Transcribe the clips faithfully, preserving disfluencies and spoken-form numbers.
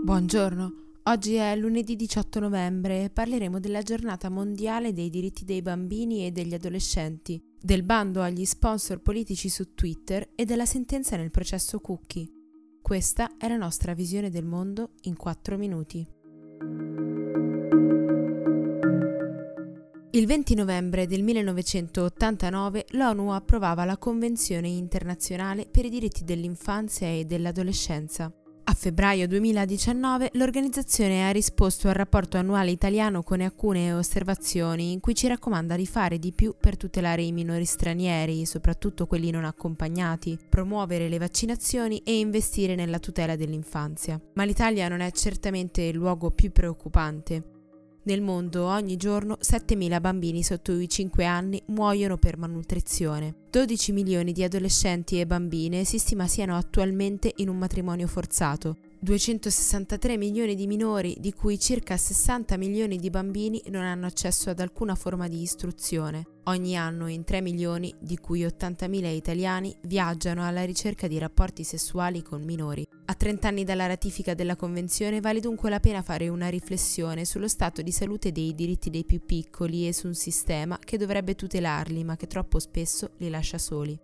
Buongiorno, oggi è lunedì diciotto novembre e parleremo della giornata mondiale dei diritti dei bambini e degli adolescenti, del bando agli sponsor politici su Twitter e della sentenza nel processo Cucchi. Questa è la nostra visione del mondo in quattro minuti. Il venti novembre del millenovecentottantanove l'ONU approvava la Convenzione internazionale per i diritti dell'infanzia e dell'adolescenza. A febbraio duemiladiciannove l'organizzazione ha risposto al rapporto annuale italiano con alcune osservazioni in cui ci raccomanda di fare di più per tutelare i minori stranieri, soprattutto quelli non accompagnati, promuovere le vaccinazioni e investire nella tutela dell'infanzia. Ma l'Italia non è certamente il luogo più preoccupante. Nel mondo ogni giorno settemila bambini sotto i cinque anni muoiono per malnutrizione. dodici milioni di adolescenti e bambine si stima siano attualmente in un matrimonio forzato. duecentosessantatré milioni di minori, di cui circa sessanta milioni di bambini, non hanno accesso ad alcuna forma di istruzione. Ogni anno in tre milioni, di cui ottantamila italiani, viaggiano alla ricerca di rapporti sessuali con minori. A trent'anni dalla ratifica della Convenzione vale dunque la pena fare una riflessione sullo stato di salute dei diritti dei più piccoli e su un sistema che dovrebbe tutelarli ma che troppo spesso li lascia soli.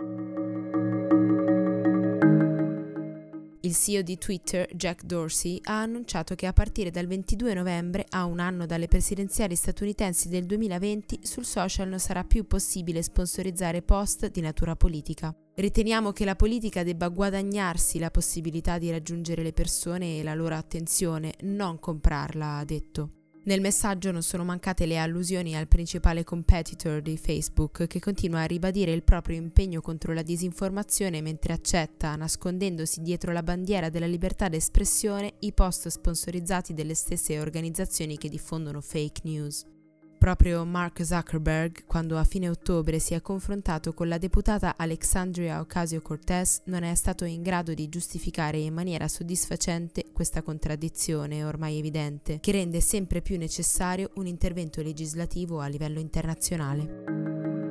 Il C E O di Twitter, Jack Dorsey, ha annunciato che a partire dal ventidue novembre, a un anno dalle presidenziali statunitensi del duemilaventi, sul social non sarà più possibile sponsorizzare post di natura politica. Riteniamo che la politica debba guadagnarsi la possibilità di raggiungere le persone e la loro attenzione, non comprarla, ha detto. Nel messaggio non sono mancate le allusioni al principale competitor di Facebook, che continua a ribadire il proprio impegno contro la disinformazione mentre accetta, nascondendosi dietro la bandiera della libertà d'espressione, i post sponsorizzati delle stesse organizzazioni che diffondono fake news. Proprio Mark Zuckerberg, quando a fine ottobre si è confrontato con la deputata Alexandria Ocasio-Cortez, non è stato in grado di giustificare in maniera soddisfacente questa contraddizione ormai evidente, che rende sempre più necessario un intervento legislativo a livello internazionale.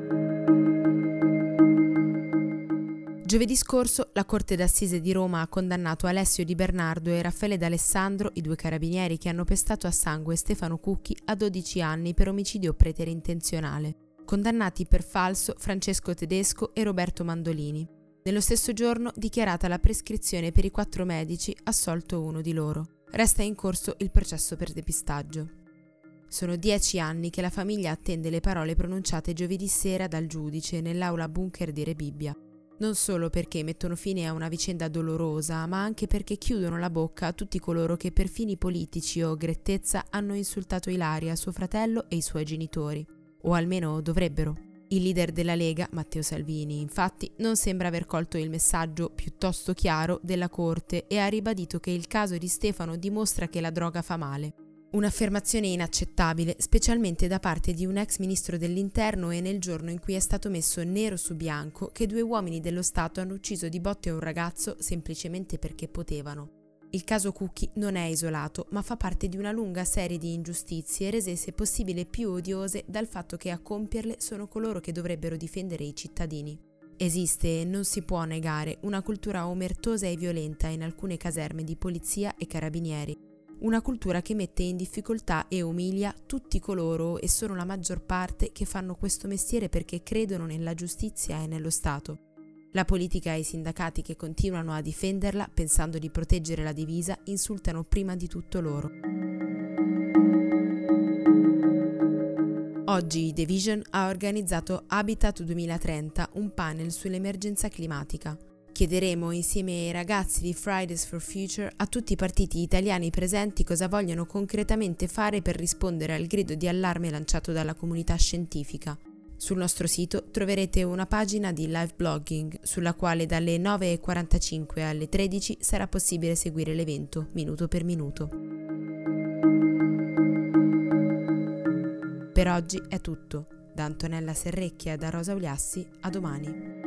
Giovedì scorso la Corte d'Assise di Roma ha condannato Alessio Di Bernardo e Raffaele D'Alessandro, i due carabinieri che hanno pestato a sangue Stefano Cucchi, a dodici anni per omicidio preterintenzionale. Condannati per falso Francesco Tedesco e Roberto Mandolini. Nello stesso giorno dichiarata la prescrizione per i quattro medici, assolto uno di loro. Resta in corso il processo per depistaggio. Sono dieci anni che la famiglia attende le parole pronunciate giovedì sera dal giudice nell'aula bunker di Rebibbia. Non solo perché mettono fine a una vicenda dolorosa, ma anche perché chiudono la bocca a tutti coloro che per fini politici o grettezza hanno insultato Ilaria, suo fratello e i suoi genitori. O almeno dovrebbero. Il leader della Lega, Matteo Salvini, infatti, non sembra aver colto il messaggio piuttosto chiaro della Corte e ha ribadito che il caso di Stefano dimostra che la droga fa male. Un'affermazione inaccettabile, specialmente da parte di un ex ministro dell'Interno e nel giorno in cui è stato messo nero su bianco che due uomini dello Stato hanno ucciso di botte un ragazzo semplicemente perché potevano. Il caso Cucchi non è isolato, ma fa parte di una lunga serie di ingiustizie rese se possibile più odiose dal fatto che a compierle sono coloro che dovrebbero difendere i cittadini. Esiste, e non si può negare, una cultura omertosa e violenta in alcune caserme di polizia e carabinieri. Una cultura che mette in difficoltà e umilia tutti coloro, e sono la maggior parte, che fanno questo mestiere perché credono nella giustizia e nello Stato. La politica e i sindacati che continuano a difenderla, pensando di proteggere la divisa, insultano prima di tutto loro. Oggi The Vision ha organizzato Habitat duemilatrenta, un panel sull'emergenza climatica. Chiederemo insieme ai ragazzi di Fridays for Future a tutti i partiti italiani presenti cosa vogliono concretamente fare per rispondere al grido di allarme lanciato dalla comunità scientifica. Sul nostro sito troverete una pagina di live blogging sulla quale dalle nove e quarantacinque alle tredici sarà possibile seguire l'evento minuto per minuto. Per oggi è tutto. Da Antonella Serrecchia e da Rosa Uliassi, a domani.